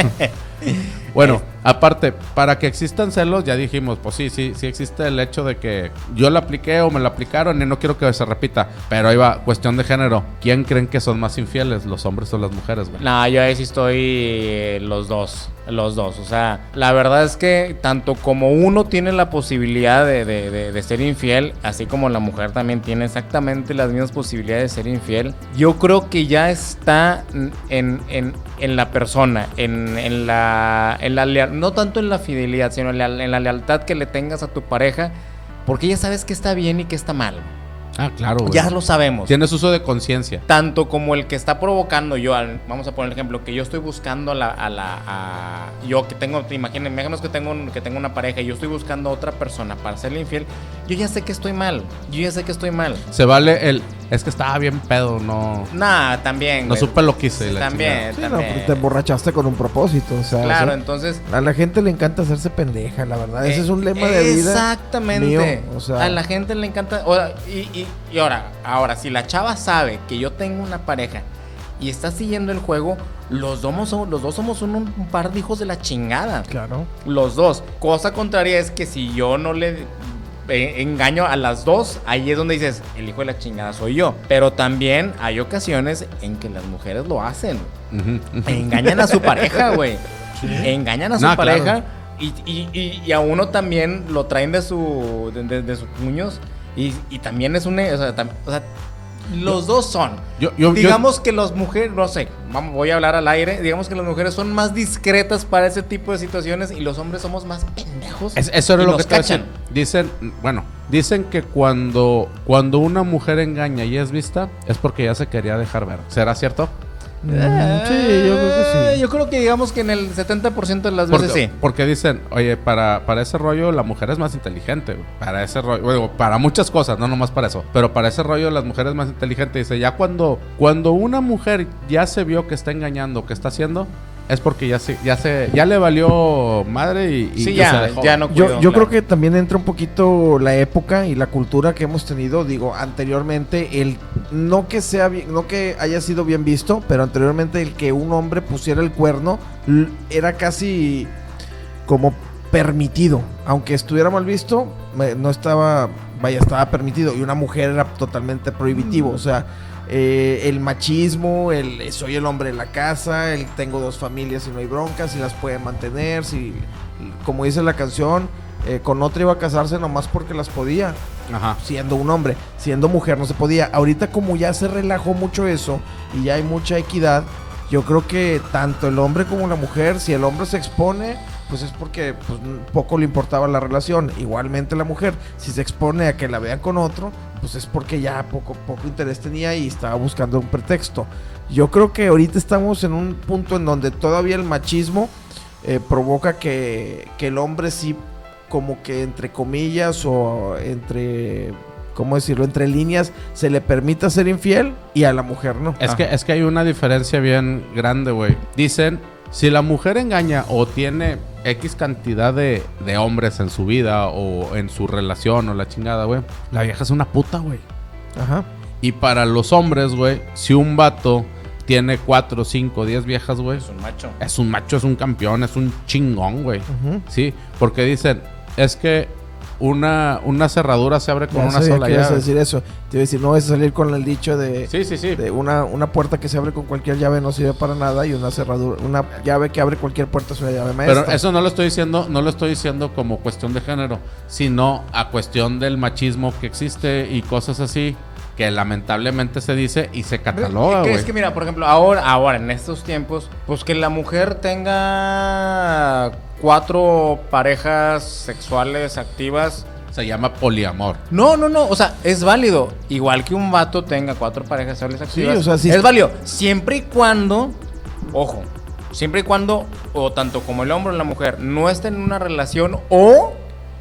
Bueno, aparte, para que existan celos, ya dijimos, pues sí, sí, sí existe el hecho de que yo la apliqué o me la aplicaron y no quiero que se repita. Pero ahí va, cuestión de género. ¿Quién creen que son más infieles, los hombres o las mujeres, güey? No, yo ahí sí estoy eh, los dos, los dos. O sea, la verdad es que tanto como uno tiene la posibilidad de, de, de, de ser infiel, así como la mujer también tiene exactamente las mismas posibilidades de ser infiel, yo creo que ya está en, en, en la persona, en, en la, en la leal, no tanto en la fidelidad, sino en la, en la lealtad que le tengas a tu pareja, porque ya sabes que está bien y que está mal. Ah, claro, güey. Ya lo sabemos. Tienes uso de conciencia. Tanto como el que está provocando yo, al- vamos a poner el ejemplo, que yo estoy buscando a la, a la a- yo que tengo, imagínense, imaginemos que tengo, un- que tengo una pareja y yo estoy buscando a otra persona para serle infiel, yo ya sé que estoy mal, yo ya sé que estoy mal. Se vale el... Es que estaba bien pedo, no... Nah, también. No güey. supe lo que hice. Sí, la también, Sí, no, también. porque te emborrachaste con un propósito, o sea, Claro, sí. entonces... A la gente le encanta hacerse pendeja, la verdad. Ese eh, es un lema de vida. Exactamente. mío, o sea. A la gente le encanta. O sea, y, y, y ahora, ahora, si la chava sabe que yo tengo una pareja y está siguiendo el juego, los dos somos, los dos somos un, un par de hijos de la chingada. Claro. Los dos. Cosa contraria es que si yo no le eh, engaño a las dos, ahí es donde dices, el hijo de la chingada soy yo. Pero también hay ocasiones en que las mujeres lo hacen. Ujú, ujú. Engañan a su pareja, güey. Engañan a su No, pareja. claro. Y, y, y, y a uno también lo traen de su de, de- de sus puños. Y, y también es un... O sea, tam- o sea, los dos son. Yo, yo, yo- Digamos que las mujeres, no sé, vamos, voy a hablar al aire. Digamos que las mujeres son más discretas para ese tipo de situaciones y los hombres somos más pendejos. Es- eso era y lo nos que te iba a decir. cachan. Dicen, bueno, dicen que cuando, cuando una mujer engaña y es vista, es porque ya se quería dejar ver. ¿Será cierto? Mm, sí, yo creo que sí. Eh, Yo creo que digamos que en el setenta por ciento de las Porque, veces sí. porque dicen, oye, para, para ese rollo la mujer es más inteligente, güey. Para ese rollo, bueno, para muchas cosas, no nomás para eso. Pero para ese rollo las mujeres más inteligentes. Dice, ya cuando, cuando una mujer ya se vio que está engañando, que está haciendo, es porque ya se, ya se, ya le valió madre y, y Sí, ya, se ya, dejó. ya no Yo, cuidó, yo claro. creo que también entra un poquito la época y la cultura que hemos tenido. Digo, anteriormente, el no que sea bien, no que haya sido bien visto, pero anteriormente el que un hombre pusiera el cuerno l- era casi como permitido. Aunque estuviera mal visto, me- no estaba, vaya, estaba permitido. Y una mujer era totalmente prohibitivo. O sea, eh, el machismo, el eh, soy el hombre de la casa, el tengo dos familias y no hay broncas, si las puede mantener, si, como dice la canción, eh, con otra iba a casarse nomás porque las podía, Ajá. siendo un hombre, siendo mujer no se podía. Ahorita como ya se relajó mucho eso y ya hay mucha equidad, yo creo que tanto el hombre como la mujer, si el hombre se expone, pues es porque pues, poco le importaba la relación. Igualmente la mujer, si se expone a que la vean con otro, pues es porque ya poco, poco interés tenía y estaba buscando un pretexto. Yo creo que ahorita estamos en un punto en donde todavía el machismo eh, provoca que, que el hombre sí, como que entre comillas o entre... ¿Cómo decirlo? Entre líneas se le permita ser infiel y a la mujer no. Es Ah. que, es que hay una diferencia bien grande, güey. Dicen, si la mujer engaña o tiene X cantidad de, de hombres en su vida o en su relación o la chingada, güey, la vieja es una puta, güey. Ajá. Y para los hombres, güey, si un vato tiene cuatro, cinco, diez viejas, güey, Es un macho. es un macho, es un campeón, es un chingón, güey. Ujú. Sí, porque dicen, es que una, una cerradura se abre con Ya una sabía sola que ibas a llave. decir eso. Te iba a decir, no vas a salir con el dicho de, Sí, sí, sí. de una, una puerta que se abre con cualquier llave no sirve para nada y una cerradura, una llave que abre cualquier puerta es una llave maestra. Pero eso no lo estoy diciendo, no lo estoy diciendo como cuestión de género, sino a cuestión del machismo que existe y cosas así que lamentablemente se dice y se cataloga, Que güey. es que mira, por ejemplo, ahora, ahora en estos tiempos, pues que la mujer tenga cuatro parejas sexuales activas Se llama poliamor. No, no, no, o sea, es válido. Igual que un vato tenga cuatro parejas sexuales activas. Sí, o sea, sí es está- válido. Siempre y cuando, ojo, siempre y cuando, o tanto como el hombre o la mujer, no estén en una relación o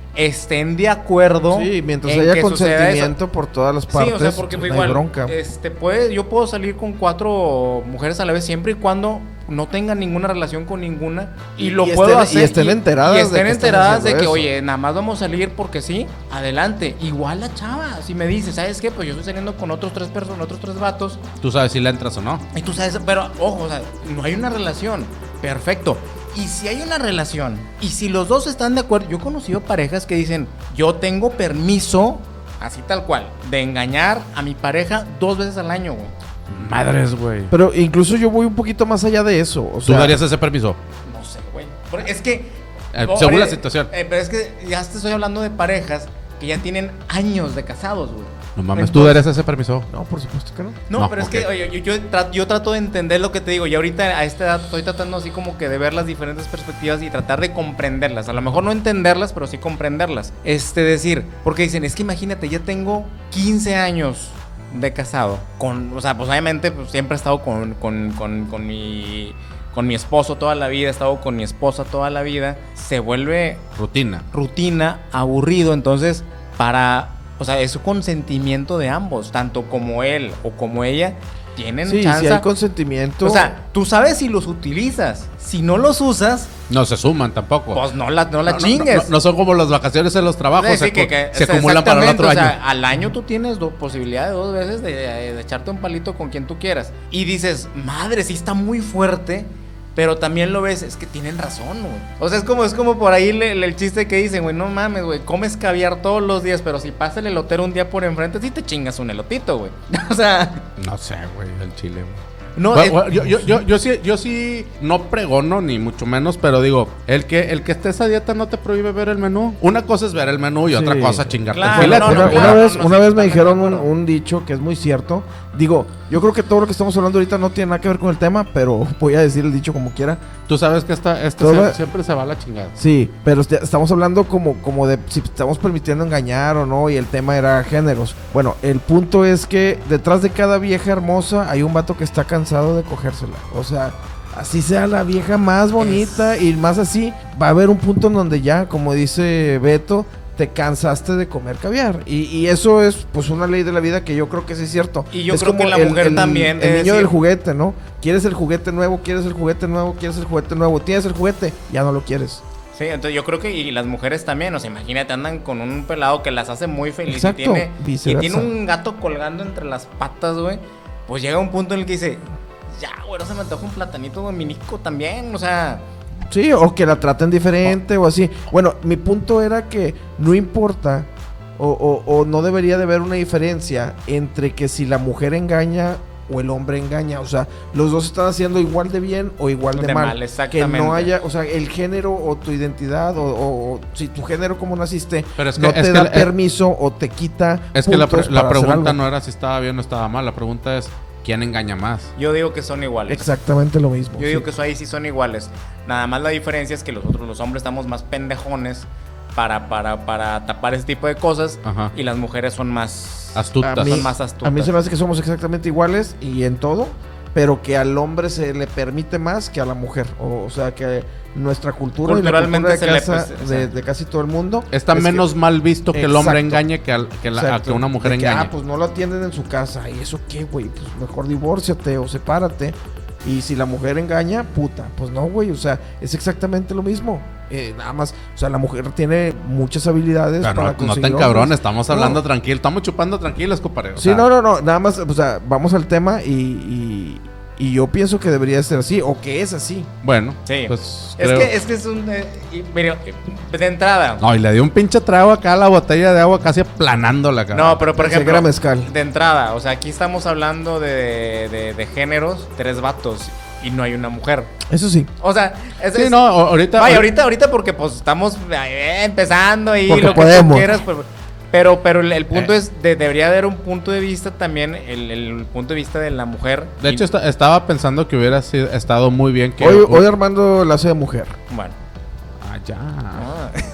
estén de acuerdo. Sí, mientras en haya que suceda consentimiento por todas las partes, Sí, o sea, porque pues, pues, no hay igual, bronca. este, puede, yo puedo salir con cuatro mujeres a la vez siempre y cuando no tengan ninguna relación con ninguna y, Y- lo y puedo estén- hacer y estén enteradas y de estén que están enteradas de haciendo que eso. oye, nada más vamos a salir porque sí, adelante. Igual la chava, si me dice, ¿sabes qué? Pues yo estoy saliendo con otros tres personas, otros tres vatos Tú sabes si le entras o no. y tú sabes, pero ojo, o sea, no hay una relación. Perfecto. Y si hay una relación, y si los dos están de acuerdo, yo he conocido parejas que dicen, yo tengo permiso, así tal cual, de engañar a mi pareja dos veces al año, güey. Madres, güey. Pero incluso yo voy un poquito más allá de eso. O ¿Tú sea, darías ese permiso? No sé, güey. Porque es que... Eh, no, según eh, la situación. eh, pero es que ya te estoy hablando de parejas que ya tienen años de casados, güey. No mames, Entonces- ¿tú darías ese permiso? No, por supuesto que no. No, No, pero ok. es que oye, yo, yo, tra- yo trato de entender lo que te digo y ahorita a esta edad estoy tratando así como que de ver las diferentes perspectivas y tratar de comprenderlas. A lo mejor no entenderlas, pero sí comprenderlas. Este, decir, porque dicen, es que imagínate, ya tengo quince años de casado. Con, o sea, pues obviamente pues, siempre he estado con, con, con, con mi... Con mi esposo toda la vida, he estado con mi esposa toda la vida. Se vuelve Rutina. rutina, aburrido, entonces para, o sea, es consentimiento de ambos, tanto como él o como ella tienen Sí, chance. si hay consentimiento. O sea, tú sabes si los utilizas, si no los usas, No se suman tampoco. pues no la, no la No, no, chingues. No, no son como las vacaciones en los trabajos. Sí, se, sí, que- acu- que- se o sea, acumulan para el otro exactamente, año. o sea, al año tú tienes do- posibilidad de dos veces de, de echarte un palito con quien tú quieras. Y dices, madre, sí está muy fuerte. Pero también lo ves, es que tienen razón, güey. O sea, es como, es como por ahí le- le- el chiste que dicen, güey, no mames, güey, comes caviar todos los días, pero si pasa el elotero un día por enfrente, sí te chingas un elotito, güey. O sea, No sé, güey, el chile, güey. no Bueno, es- bueno, yo, yo, yo, yo sí, yo sí no pregono, ni mucho menos, pero digo, el que, el que esté esa dieta no te prohíbe ver el menú. Una cosa es ver el menú y Sí. otra cosa chingarte Claro, el filete, no, no, una, güey. una claro, vez, no, una sí, vez me totalmente dijeron de un, acuerdo. un dicho que es muy cierto. Digo, yo creo que todo lo que estamos hablando ahorita no tiene nada que ver con el tema, pero voy a decir el dicho como quiera. Tú sabes que esta, este Todo- se- siempre se va a la chingada. Sí, pero este- estamos hablando como, como de si estamos permitiendo engañar o no, y el tema era géneros. Bueno, el punto es que detrás de cada vieja hermosa hay un vato que está cansado de cogérsela. O sea, así sea la vieja más bonita y más así, va a haber un punto en donde ya, como dice Beto, te cansaste de comer caviar. Y, y eso es pues una ley de la vida que yo creo que sí es cierto. Y yo Es creo que como la mujer también El debe niño decir- del juguete, ¿no? Quieres el juguete nuevo, quieres el juguete nuevo, quieres el juguete nuevo. Tienes el juguete, ya no lo quieres. Sí, entonces yo creo que y las mujeres también, o sea, imagínate, andan con un pelado que las hace muy felices Exacto, y tiene, y viceversa. tiene un gato colgando entre las patas, güey. Pues llega un punto en el que dice, ya, güey, no se me antoja un platanito dominico también, o sea, Sí, o que la traten diferente o así. Bueno, mi punto era que no importa o, o- o no debería de haber una diferencia entre que si la mujer engaña o el hombre engaña. O sea, los dos están haciendo igual de bien o igual de, De mal. mal, Que exactamente. no haya, o sea, el género o tu identidad o, o- o si tu género como naciste Pero es que- no es te que da la- eh, permiso o te quita Es que la, pre- puntos la para hacer pregunta algo. no era si estaba bien o estaba mal. La pregunta es, ¿quién engaña más? yo digo que son iguales. Exactamente lo mismo. Yo digo sí. que eso ahí sí son iguales. Nada más la diferencia es que nosotros los hombres estamos más pendejones para, para, para tapar ese tipo de cosas Ajá. y las mujeres son más Astutas. A mí- son más astutas. A mí se me hace que somos exactamente iguales y en todo, pero que al hombre se le permite más que a la mujer. O, o sea, que nuestra cultura y la Culturalmente cultura se de, le, casa, pues, o de, sea, de casi todo el mundo Está es que- menos mal visto que el hombre Exacto. engañe que, al- que, la- a Exacto. que una mujer De que, engañe. ah, pues no lo atienden en su casa. ¿Y eso qué, güey? Pues mejor divórciate o sepárate. Y si la mujer engaña, puta. Pues no, güey. O sea, es exactamente lo mismo. Eh, nada más, o sea, la mujer tiene muchas habilidades Pero para no, no conseguir tan hombres. cabrón, estamos No. hablando tranquilo, estamos chupando tranquilos, compadre. o Sí, sea, no, no, no. Nada más, o sea, vamos al tema y, y, y yo pienso que debería ser así o que es así. Bueno, Sí. pues es creo- que es que es un eh, y- mira, de entrada. No, y le dio un pinche trago acá a la botella de agua casi aplanándola, cabrón. No, pero por Pensé que ejemplo, era mezcal. de entrada, o sea, aquí estamos hablando de, de, de géneros, tres vatos y no hay una mujer. Eso sí. O sea, es, Sí, es- no, o- ahorita... vaya, ahorita, ahorita porque pues estamos eh, empezando y Porque lo que podemos. tú quieras, pero, pero, pero el, el punto Eh. es, de, debería haber un punto de vista también, el, el punto de vista de la mujer. De Y- hecho, esta- estaba pensando que hubiera sido, estado muy bien que... Hoy, hoy Armando la hace de mujer. bueno. Ah, ya. Ah.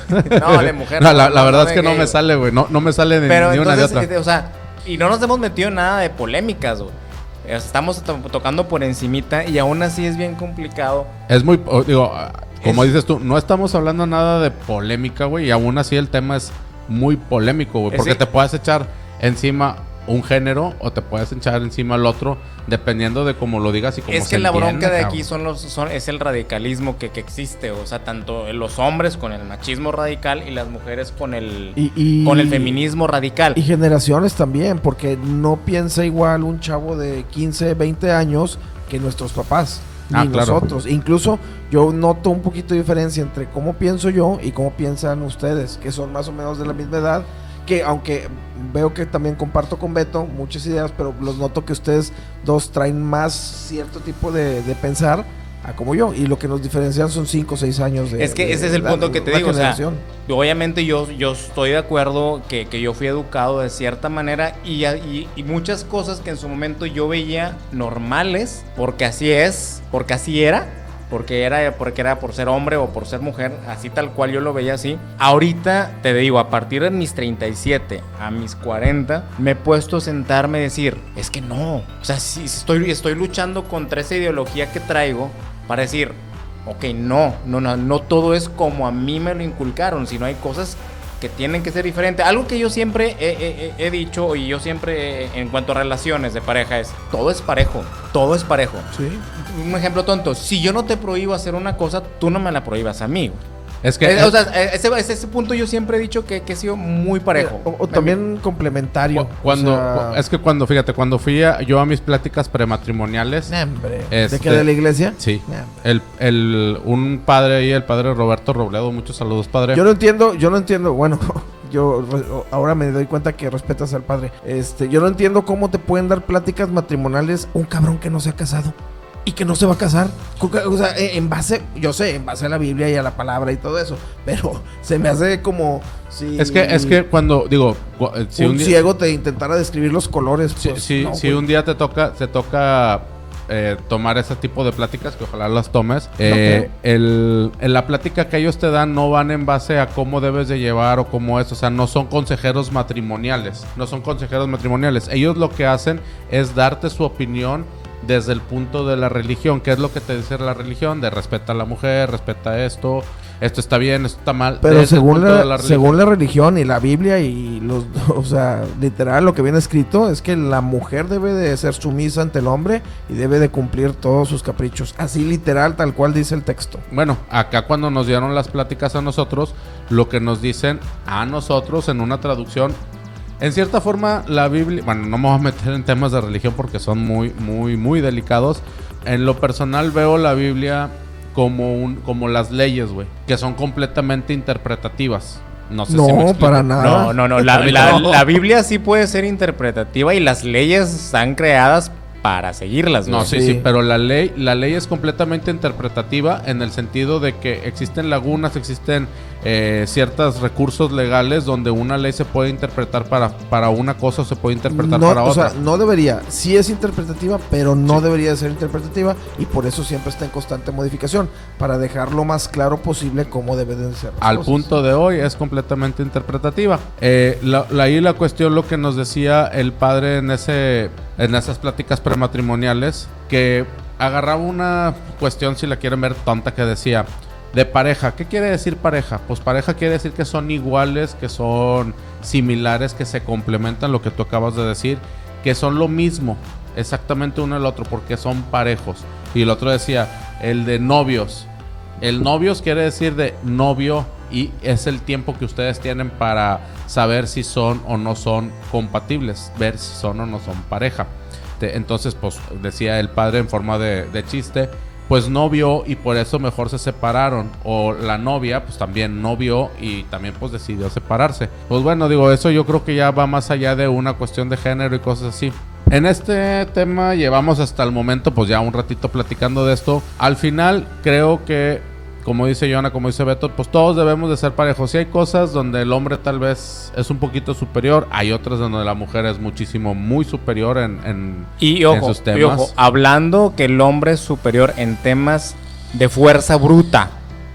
No, de mujer. No, la, no, la no, verdad no es que de no gay, me güey. sale, güey. No, no me sale de Pero ni una entonces, de otra. eh, o sea, y no nos hemos metido en nada de polémicas, güey. Estamos to- tocando por encimita y aún así es bien complicado. Es muy, o- digo, ah, como Es- dices tú, no estamos hablando nada de polémica, güey, y aún así el tema es muy polémico, güey, Es porque que- te puedes echar encima un género o te puedes echar encima el otro, dependiendo de cómo lo digas y cómo Es se que la bronca entienda, de cabrón. aquí son los, son, es el radicalismo que, que existe. O sea, tanto los hombres con el machismo radical y las mujeres con el, Y- y- con el feminismo radical. Y generaciones también, porque no piensa igual un chavo de quince, veinte años que nuestros papás, ni Ah, claro. nosotros. Incluso yo noto un poquito de diferencia entre cómo pienso yo y cómo piensan ustedes, que son más o menos de la misma edad, que aunque veo que también comparto con Beto muchas ideas, pero los noto que ustedes dos traen más cierto tipo de, de pensar a como yo, y lo que nos diferencian son cinco o seis años de Es que de ese es el la- punto que te la digo, o sea, generación. obviamente yo, yo estoy de acuerdo que, que yo fui educado de cierta manera y, y, y muchas cosas que en su momento yo veía normales, porque así es, porque así era, porque era, porque era por ser hombre o por ser mujer, así tal cual yo lo veía así. Ahorita te digo, a partir de mis treinta y siete a mis cuarenta, me he puesto a sentarme y decir, es que no, o sea, sí, estoy, estoy luchando contra esa ideología que traigo para decir, ok, no, no, no, no todo es como a mí me lo inculcaron, sino hay cosas que tienen que ser diferentes. Algo que yo siempre he, he- he dicho y yo siempre eh, en cuanto a relaciones de pareja es, todo es parejo, todo es parejo. Sí. Un ejemplo tonto, si yo no te prohíbo hacer una cosa, tú no me la prohíbas a mí, güey. Es que, Eh, o sea, eh, ese, ese, ese punto yo siempre he dicho que, que he sido muy parejo. O, o también complementario. cu- cuando, o sea, es que cuando, fíjate, cuando fui a- yo a mis pláticas prematrimoniales, Nah, hombre. Este- ¿De qué? ¿De la iglesia? sí, Nah, hombre. el, el, un padre ahí, el padre Roberto Robledo, muchos saludos, padre. Yo no entiendo, yo no entiendo, bueno, yo re- ahora me doy cuenta que respetas al padre. Este, yo no entiendo cómo te pueden dar pláticas matrimoniales un cabrón que no se ha casado y que no se va a casar. O sea, eh, en base, yo sé, en base a la Biblia y a la palabra y todo eso, pero se me hace como si Es que, es que cuando, digo, gu- eh, si un, un, día, ciego te intentara describir los colores. si, Pues, si- no, si güey. un día te toca, te toca eh, tomar ese tipo de pláticas, que ojalá las tomes, eh, el, en la plática que ellos te dan no van en base a cómo debes de llevar o cómo es, o sea, no son consejeros matrimoniales, no son consejeros matrimoniales. Ellos lo que hacen es darte su opinión desde el punto de la religión. ¿Qué es lo que te dice la religión? De respeta a la mujer, respeta esto, esto está bien, esto está mal. Pero Desde el según punto de la, religión. según la religión y la Biblia y los, o sea, literal lo que viene escrito es que la mujer debe de ser sumisa ante el hombre y debe de cumplir todos sus caprichos. Así literal, tal cual dice el texto. Bueno, acá cuando nos dieron las pláticas a nosotros, lo que nos dicen a nosotros en una traducción, en cierta forma la Biblia, bueno, no me voy a meter en temas de religión porque son muy, muy, muy delicados. En lo personal veo la Biblia como un, como las leyes, güey, que son completamente interpretativas. No sé si me No, explico. para nada. No, no, no. La, A mí la- no. la Biblia sí puede ser interpretativa y las leyes están creadas para seguirlas, No, güey. sí, Sí. sí, pero la ley, la ley es completamente interpretativa en el sentido de que existen lagunas, existen eh, ciertos recursos legales donde una ley se puede interpretar para, para una cosa o se puede interpretar No, para o otra. sea, no debería. Sí es interpretativa, pero no debería de ser interpretativa y por eso siempre está en constante modificación para dejar lo más claro posible cómo deben de ser las Al cosas. punto de hoy es completamente interpretativa. Eh, la, la- ahí la cuestión, lo que nos decía el padre en ese, en esas pláticas prematrimoniales, que agarraba una cuestión, si la quieren ver tonta, que decía de pareja. ¿Qué quiere decir pareja? Pues pareja quiere decir que son iguales, que son similares, que se complementan, lo que tú acabas de decir, que son lo mismo, exactamente uno el otro, porque son parejos. Y el otro decía, el de novios. El novios quiere decir de novio y es el tiempo que ustedes tienen para saber si son o no son compatibles, ver si son o no son pareja. Te- Entonces, pues decía el padre en forma de, de chiste, pues no vio y por eso mejor se separaron. O la novia, pues también no vio y también pues decidió separarse. Pues bueno, digo, eso yo creo que ya va más allá de una cuestión de género y cosas así. En este tema llevamos hasta el momento pues ya un ratito platicando de esto. Al final creo que, como dice Jonah, como dice Beto, pues todos debemos de ser parejos. Si hay cosas donde el hombre tal vez es un poquito superior, hay otras donde la mujer es muchísimo, muy superior en, en, Y en ojo, sus temas. y ojo, hablando que el hombre es superior en temas de fuerza bruta.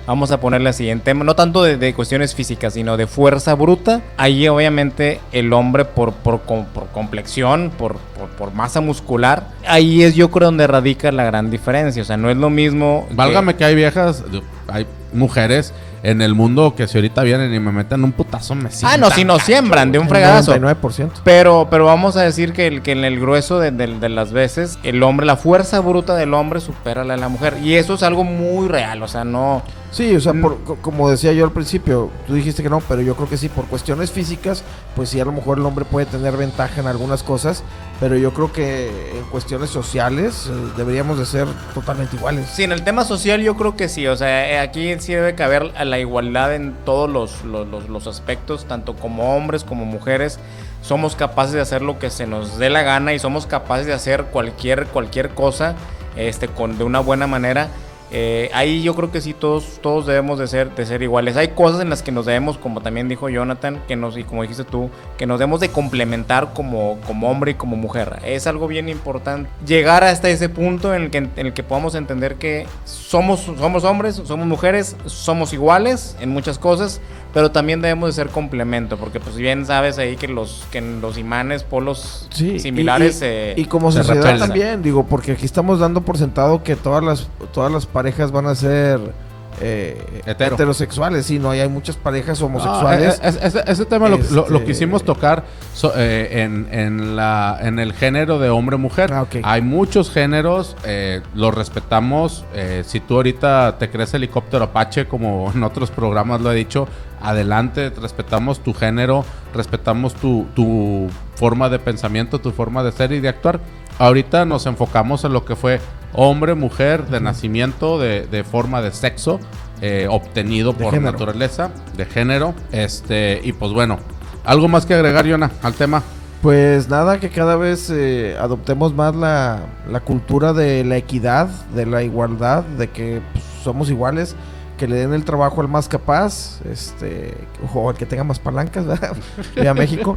vamos a ponerle así, en tema, no tanto de, de cuestiones físicas, sino de fuerza bruta, ahí obviamente el hombre por, por, por, por complexión, por, por, por masa muscular, ahí es yo creo donde radica la gran diferencia. O sea, no es lo mismo... Válgame que, que hay viejas, hay mujeres en el mundo que si ahorita vienen y me meten un putazo me sientan. Ah, no, si nos siembran de un fregadazo. noventa y nueve por ciento. Pero, pero vamos a decir que, el, que en el grueso de, de, de las veces, el hombre, la fuerza bruta del hombre supera la de la mujer. Y eso es algo muy real, o sea, no... Sí, o sea, por, como decía yo al principio, tú dijiste que no, pero yo creo que sí, por cuestiones físicas, pues sí, a lo mejor el hombre puede tener ventaja en algunas cosas, pero yo creo que en cuestiones sociales eh, deberíamos de ser totalmente iguales. Sí, en el tema social yo creo que sí, o sea, aquí sí debe caber la igualdad en todos los, los, los, los aspectos, tanto como hombres como mujeres. Somos capaces de hacer lo que se nos dé la gana y somos capaces de hacer cualquier, cualquier cosa este, con, de una buena manera. Eh, ahí yo creo que sí todos todos debemos de ser de ser iguales. Hay cosas en las que nos debemos, como también dijo Jonathan, que nos y como dijiste tú, que nos debemos de complementar como, como hombre y como mujer. Es algo bien importante llegar hasta ese punto en el que en el que podamos entender que somos somos hombres, somos mujeres, somos iguales en muchas cosas, pero también debemos de ser complemento, porque pues bien sabes ahí que los que en los imanes polos sí, similares y, y, eh, y como sociedad también, digo, porque aquí estamos dando por sentado que todas las todas las parejas van a ser eh, Hetero. heterosexuales, sí, no, hay, hay muchas parejas homosexuales. No, ese, ese tema este... lo, lo, lo quisimos tocar so, eh, en, en, la, en el género de hombre-mujer. Ah, okay. Hay muchos géneros, eh, los respetamos. Eh, si tú ahorita te crees helicóptero Apache, como en otros programas lo he dicho, adelante, respetamos tu género, respetamos tu, tu forma de pensamiento, tu forma de ser y de actuar. Ahorita nos enfocamos en lo que fue hombre, mujer, de nacimiento, de, de forma de sexo, eh, obtenido de por género. naturaleza, de género. Este, y pues bueno, ¿algo más que agregar, Yona, al tema? Pues nada, que cada vez eh, adoptemos más la, la cultura de la equidad, de la igualdad, de que pues, somos iguales, que le den el trabajo al más capaz, este, o al que tenga más palancas, ¿verdad? a México.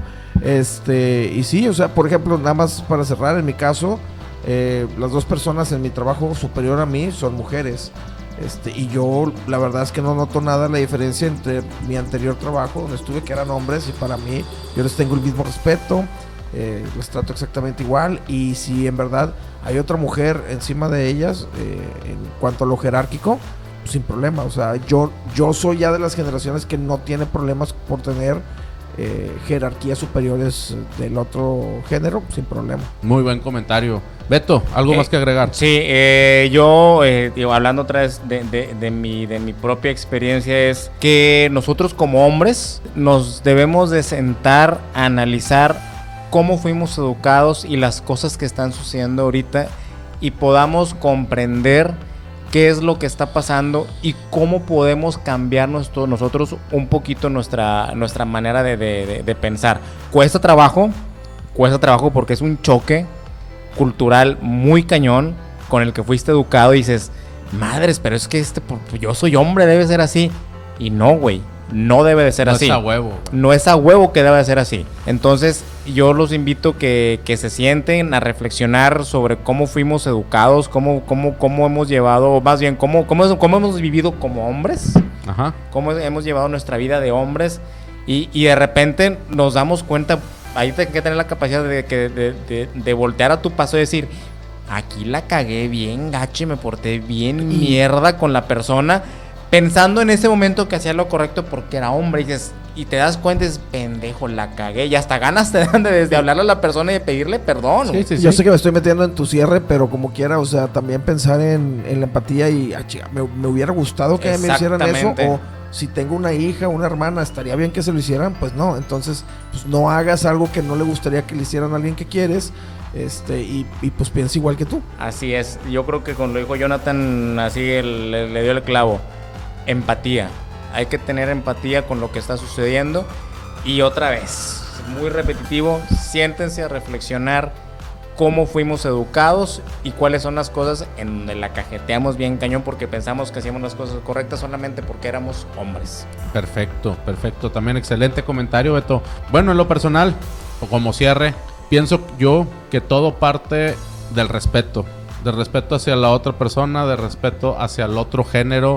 Este, y sí, o sea, por ejemplo, nada más para cerrar, en mi caso, eh, las dos personas en mi trabajo superior a mí son mujeres. Este, y yo la verdad es que no noto nada la diferencia entre mi anterior trabajo donde estuve, que eran hombres, y para mí yo les tengo el mismo respeto, eh, les trato exactamente igual, y si en verdad hay otra mujer encima de ellas, eh, en cuanto a lo jerárquico, pues, sin problema. O sea, yo, yo soy ya de las generaciones que no tiene problemas por tener eh, jerarquías superiores del otro género, sin problema. Muy buen comentario. Beto, ¿algo eh, más que agregar? Sí, eh, yo, eh, digo, hablando otra vez de, de, de, mi, de mi propia experiencia, es que nosotros como hombres nos debemos de sentar a analizar cómo fuimos educados y las cosas que están sucediendo ahorita, y podamos comprender qué es lo que está pasando y cómo podemos cambiar nuestro, nosotros un poquito nuestra, nuestra manera de, de, de, de pensar. Cuesta trabajo, cuesta trabajo porque es un choque cultural muy cañón con el que fuiste educado y dices, madres, pero es que este, yo soy hombre, debe ser así. Y no, güey, no debe de ser no así. No es a huevo. No es a huevo que debe de ser así. Entonces, yo los invito que, que se sienten a reflexionar sobre cómo fuimos educados, cómo, cómo, cómo hemos llevado, más bien, cómo, cómo, cómo hemos vivido como hombres. Ajá. Cómo hemos llevado nuestra vida de hombres. Y, y de repente nos damos cuenta, ahí hay que tener la capacidad de, de, de, de, de voltear a tu paso y decir, aquí la cagué bien gacho, me porté bien mierda con la persona, pensando en ese momento que hacía lo correcto porque era hombre, y, dices, y te das cuenta y dices, pendejo, la cagué, y hasta ganas te dan de, de hablarle a la persona y de pedirle perdón. Sí, sí, Yo sí. sé que me estoy metiendo en tu cierre, pero como quiera, o sea, también pensar en, en la empatía y ah, chica, me, me hubiera gustado que me hicieran eso, o si tengo una hija, una hermana, estaría bien que se lo hicieran, pues no. Entonces, pues no hagas algo que no le gustaría que le hicieran a alguien que quieres, este, y, y pues piensa igual que tú. Así es, yo creo que con lo dijo Jonathan, así el, le, le dio el clavo. Empatía, hay que tener empatía con lo que está sucediendo. Y otra vez, muy repetitivo, siéntense a reflexionar cómo fuimos educados y cuáles son las cosas en donde la cajeteamos bien cañón porque pensamos que hacíamos las cosas correctas solamente porque éramos hombres. Perfecto, perfecto. También excelente comentario, Beto. Bueno, en lo personal, o como cierre, pienso yo que todo parte del respeto. Del respeto hacia la otra persona, del respeto hacia el otro género.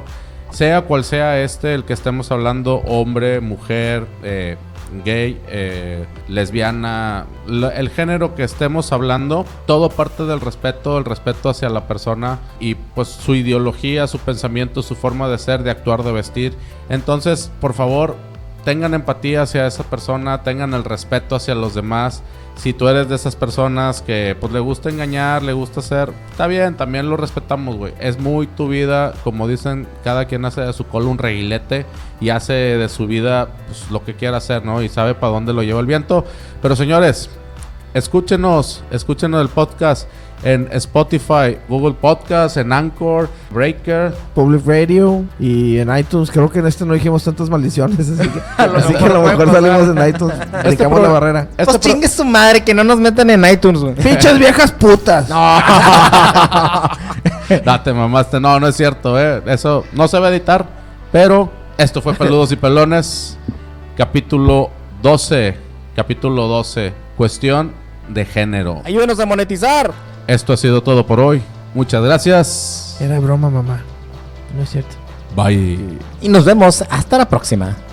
sea cual sea este, el que estemos hablando, hombre, mujer, eh, gay, eh, lesbiana, lo, el género que estemos hablando, todo parte del respeto, el respeto hacia la persona y pues su ideología, su pensamiento, su forma de ser, de actuar, de vestir. Entonces, por favor, tengan empatía hacia esa persona, tengan el respeto hacia los demás. Si tú eres de esas personas que pues le gusta engañar, le gusta hacer, está bien, también lo respetamos, güey. Es muy tu vida, como dicen, cada quien hace de su cola un reguilete y hace de su vida pues, lo que quiera hacer, ¿no? Y sabe para dónde lo lleva el viento. Pero señores, escúchenos, escúchenos el podcast en Spotify, Google Podcast, en Anchor, Breaker, Public Radio y en iTunes. Creo que en este no dijimos tantas maldiciones, así que A lo así que mejor a lo puede mejor pasar. salimos en iTunes. Brincamos pro- la barrera. Este Pues pro- chingue su madre, que no nos metan en iTunes, güey. ¡Pinches viejas putas! Date, mamaste. No, no es cierto, eh. Eso no se va a editar. Pero esto fue Peludos y Pelones. Capítulo doce. Capítulo doce. Cuestión de género. Ayúdenos a monetizar. Esto ha sido todo por hoy. Muchas gracias. Era broma, mamá. No es cierto. Bye. Y nos vemos hasta la próxima.